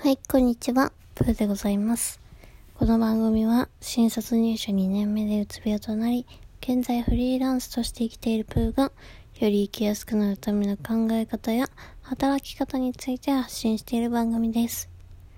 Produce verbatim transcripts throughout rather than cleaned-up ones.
はい、こんにちは。プーでございます。この番組は新卒入社にねんめでうつ病となり、現在フリーランスとして生きているプーが、より生きやすくなるための考え方や働き方について発信している番組です。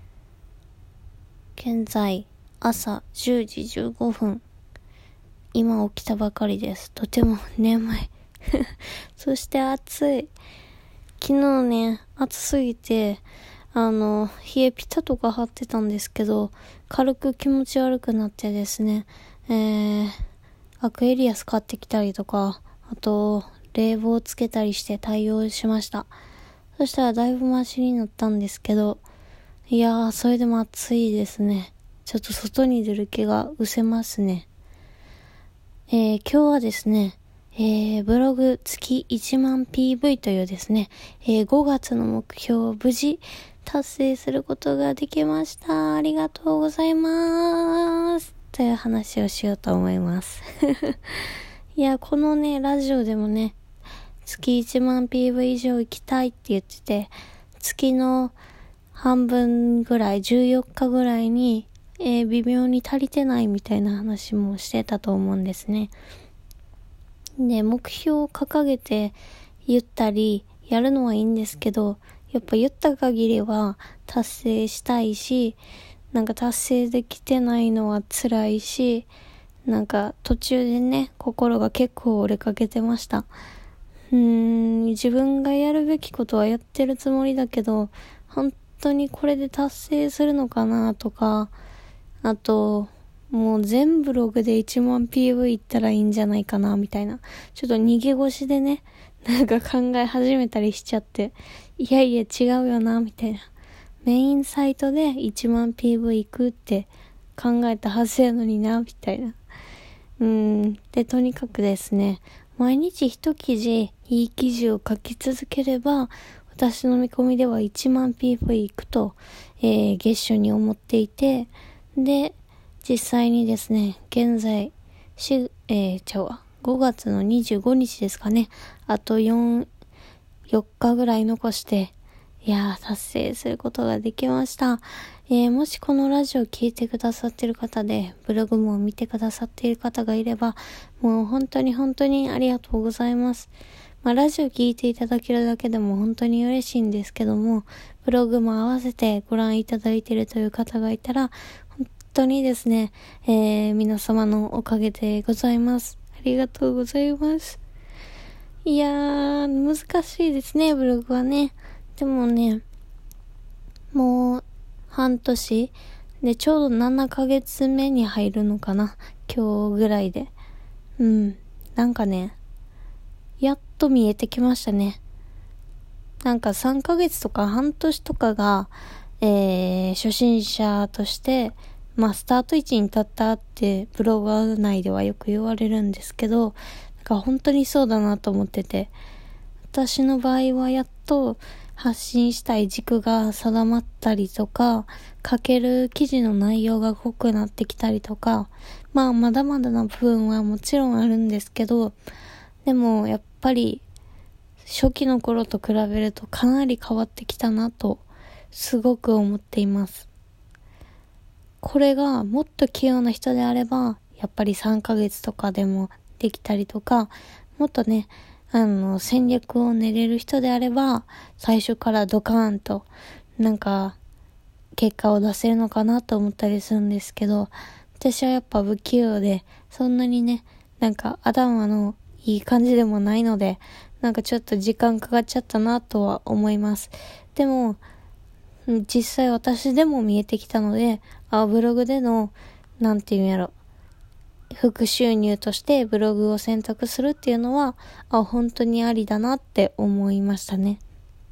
現在、朝じゅうじじゅうごふん。今起きたばかりです。とても眠い。そして暑い。昨日ね、暑すぎて、あの、冷えピタとか貼ってたんですけど、軽く気持ち悪くなってですね、えー、アクエリアス買ってきたりとか、あと、冷房つけたりして対応しました。そしたらだいぶマシになったんですけど、いやー、それでも暑いですね。ちょっと外に出る気が失せますね。えー、今日はですね、えー、ブログ月いちまん ピーブイ というですね、えー、ごがつの目標を無事達成することができました。ありがとうございます。という話をしようと思います。いや、このね、ラジオでもね、月いちまん ピーブイ 以上行きたいって言ってて、月の半分ぐらい、じゅうよっかぐらいに、えー、微妙に足りてないみたいな話もしてたと思うんですね。で、目標を掲げて言ったり、やるのはいいんですけど、やっぱ言った限りは達成したいし、なんか達成できてないのは辛いし、なんか途中でね、心が結構折れかけてました。うーん、自分がやるべきことはやってるつもりだけど、本当にこれで達成するのかなとか、あと、もう全ブログでいちまん ピーブイ いったらいいんじゃないかなみたいな。ちょっと逃げ腰でね、なんか考え始めたりしちゃって、いやいや違うよなみたいな。メインサイトでいちまん ピーブイ いくって考えたはずやのになみたいな。うーん。で、とにかくですね、毎日一記事、いい記事を書き続ければ、私の見込みではいちまん ピーブイ いくと、えー、月初に思っていて、で、実際にですね、現在、し、えー、ちゃうわ、ごがつのにじゅうごにちですかね、あとよん、よっかぐらい残して、いやー、達成することができました。えー、もしこのラジオを聞いてくださっている方で、ブログも見てくださっている方がいれば、もう本当に本当にありがとうございます。まあ、ラジオ聞いていただけるだけでも本当に嬉しいんですけども、ブログも合わせてご覧いただいているという方がいたら、本当にですね、えー、皆様のおかげでございます。ありがとうございます。いやー、難しいですね、ブログはね。でもね、もう半年でちょうどななかげつめに入るのかな。今日ぐらいで。うん。なんかね、やっと見えてきましたね。なんかさんかげつとか半年とかが、えー、初心者として、まあスタート位置に立ったってブログ内ではよく言われるんですけど、なんか本当にそうだなと思ってて、私の場合はやっと発信したい軸が定まったりとか、書ける記事の内容が濃くなってきたりとか、まあまだまだな部分はもちろんあるんですけど、でもやっぱり初期の頃と比べるとかなり変わってきたなとすごく思っています。これがもっと器用な人であれば、やっぱりさんかげつとかでもできたりとか、もっとね、あの、戦略を練れる人であれば、最初からドカーンと、なんか、結果を出せるのかなと思ったりするんですけど、私はやっぱ不器用で、そんなにね、なんか頭のいい感じでもないので、なんかちょっと時間かかっちゃったなとは思います。でも、実際私でも見えてきたので、あ、ブログでの、なんていうんやろ、副収入としてブログを選択するっていうのは、あ、本当にありだなって思いましたね。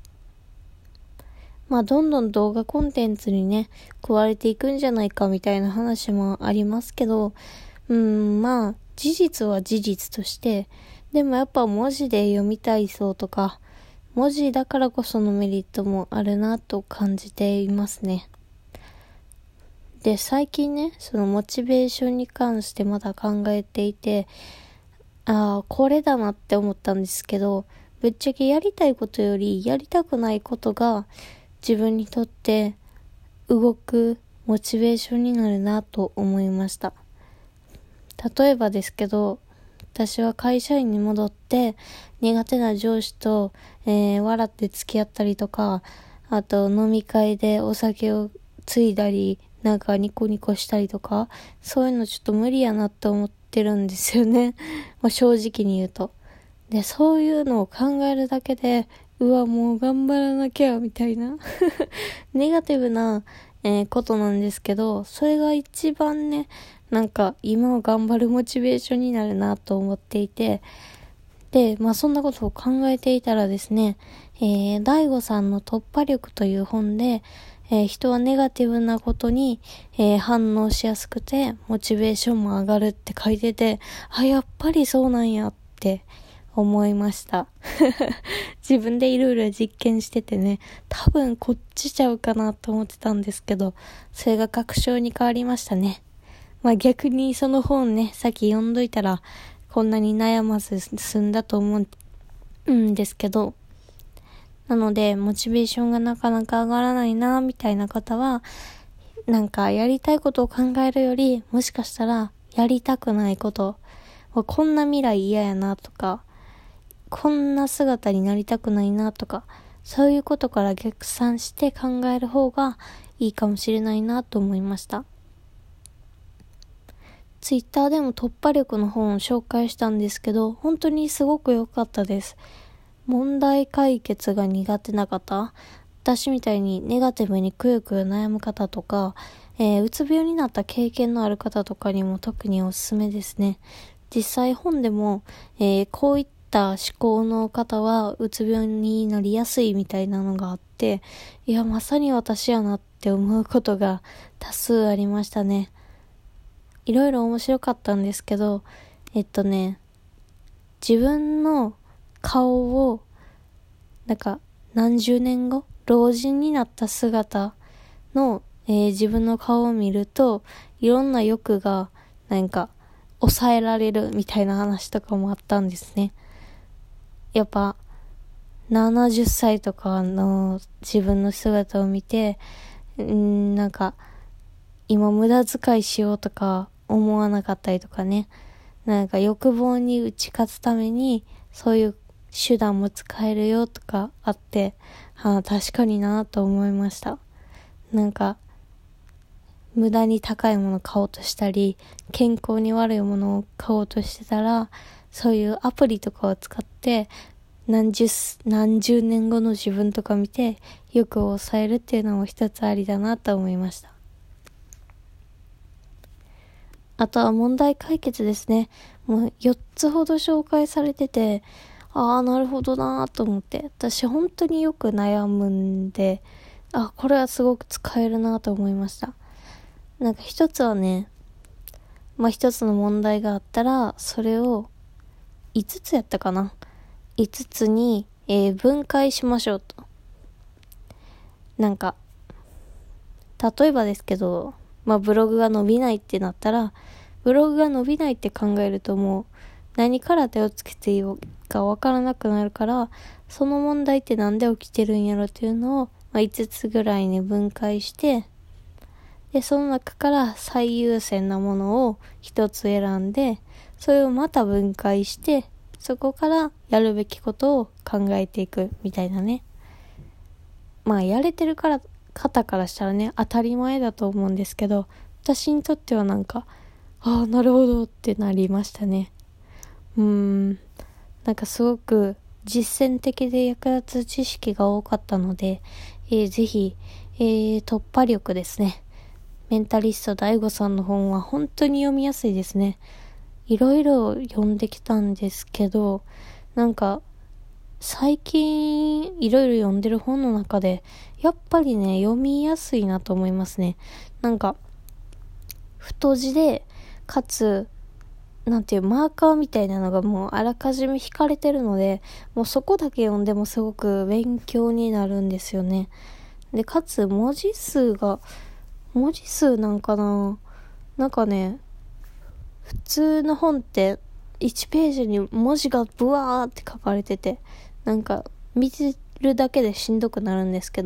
まあ、どんどん動画コンテンツにね、加われていくんじゃないかみたいな話もありますけど、うーん、まあ、事実は事実として、でもやっぱ文字で読みたいそうとか、文字だからこそのメリットもあるなと感じていますね。で、最近ね、そのモチベーションに関してまだ考えていて、ああ、これだなって思ったんですけど、ぶっちゃけやりたいことよりやりたくないことが自分にとって動くモチベーションになるなと思いました。例えばですけど、私は会社員に戻って苦手な上司と、えー、笑って付き合ったりとか、あと飲み会でお酒をついだり、なんかニコニコしたりとか、そういうのちょっと無理やなって思ってるんですよね。まあ、正直に言うと。で、そういうのを考えるだけで、うわ、もう頑張らなきゃ、みたいな。ネガティブな、えーことなんですけど、それが一番ね、なんか今を頑張るモチベーションになるなと思っていて、で、まあそんなことを考えていたらですね、えー、大悟さんの突破力という本で、えー人はネガティブなことに、えー反応しやすくて、モチベーションも上がるって書いてて、あ、やっぱりそうなんやって思いました。自分でいろいろ実験しててね、多分こっちちゃうかなと思ってたんですけど、それが確証に変わりましたね。まあ逆にその本ね、さっき読んどいたら、こんなに悩まず済んだと思うんですけど、なので、モチベーションがなかなか上がらないな、みたいな方は、なんかやりたいことを考えるより、もしかしたらやりたくないこと、こんな未来嫌やなとか、こんな姿になりたくないなとか、そういうことから逆算して考える方がいいかもしれないなと思いました。ツイッターでも突破力の本を紹介したんですけど、本当にすごく良かったです。問題解決が苦手な方、私みたいにネガティブにくよくよ悩む方とか、えー、うつ病になった経験のある方とかにも特におすすめですね。実際本でも、えー、こういった思考の方はうつ病になりやすいみたいなのがあって、いや、まさに私やなって思うことが多数ありましたね。いろいろ面白かったんですけど、えっとね、自分の顔を、なんか何十年後、老人になった姿の、えー自分の顔を見ると、いろんな欲が、なんか、抑えられるみたいな話とかもあったんですね。やっぱ、ななじゅっさいとかの自分の姿を見て、うーん、なんか、今無駄遣いしようとか思わなかったりとかね。なんか欲望に打ち勝つためにそういう手段も使えるよとかあって、はあ、確かになと思いました。なんか無駄に高いものを買おうとしたり、健康に悪いものを買おうとしてたら、そういうアプリとかを使って何十、何十年後の自分とか見て欲を抑えるっていうのも一つありだなと思いました。あとは問題解決ですね。もうよっつほど紹介されてて、ああ、なるほどなーと思って。私本当によく悩むんで、あ、これはすごく使えるなと思いました。なんか一つはね、まあ一つの問題があったら、それをいつつやったかな。いつつに、えー分解しましょうと。なんか、例えばですけど、まあブログが伸びないってなったら、ブログが伸びないって考えるともう何から手をつけていいかわからなくなるから、その問題ってなんで起きてるんやろっていうのを、まあ、いつつぐらいに分解して、で、その中から最優先なものを一つ選んで、それをまた分解して、そこからやるべきことを考えていくみたいなね。まあやれてるから方からしたらね、当たり前だと思うんですけど、私にとってはなんか、ああ、なるほどってなりましたね。うーん、なんかすごく実践的で役立つ知識が多かったので、えーぜひ、えー突破力ですね。メンタリスト ダイゴ さんの本は本当に読みやすいですね。いろいろ読んできたんですけど、なんか、最近いろいろ読んでる本の中でやっぱりね読みやすいなと思いますね。なんか太字でかつなんていうマーカーみたいなのがもうあらかじめ引かれてるので、もうそこだけ読んでもすごく勉強になるんですよね。でかつ文字数が文字数なんかななんかね普通の本っていちページに文字がブワーって書かれてて、なんか見てるだけでしんどくなるんですけど、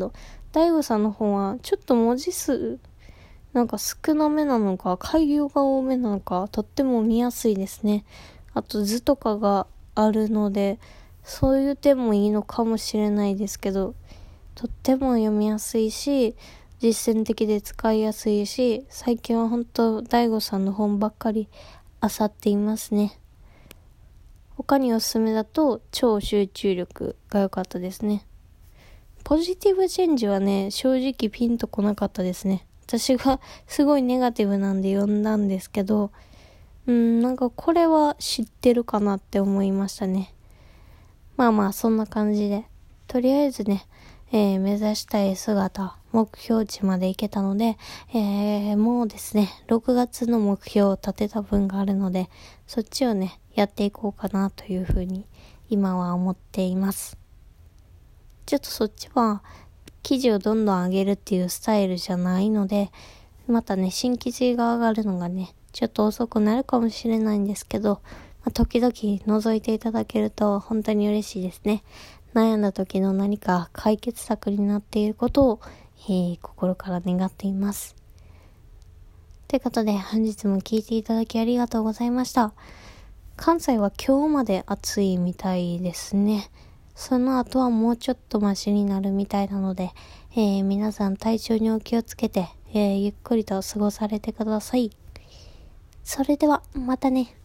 大悟さんの方はちょっと文字数なんか少なめなのか、改行が多めなのか、とっても見やすいですね。あと図とかがあるので、そういう点もいいのかもしれないですけど、とっても読みやすいし、実践的で使いやすいし、最近は本当大悟さんの本ばっかり漁っていますね。他におすすめだと超集中力が良かったですね。ポジティブチェンジはね、正直ピンとこなかったですね。私がすごいネガティブなんで読んだんですけど、うーん、なんかこれは知ってるかなって思いましたね。まあまあそんな感じで、とりあえずね、えー、目指したい姿、目標値まで行けたので、えー、もうですね、ろくがつの目標を立てた分があるので、そっちをね、やっていこうかなというふうに今は思っています。ちょっとそっちは記事をどんどん上げるっていうスタイルじゃないので、またね、新記事が上がるのがね、ちょっと遅くなるかもしれないんですけど、まあ、時々覗いていただけると本当に嬉しいですね。悩んだ時の何か解決策になっていることを、えー、心から願っています。ということで本日も聞いていただきありがとうございました。関西は今日まで暑いみたいですね。その後はもうちょっとマシになるみたいなので、えー、皆さん体調にお気をつけて、えー、ゆっくりと過ごされてください。それではまたね。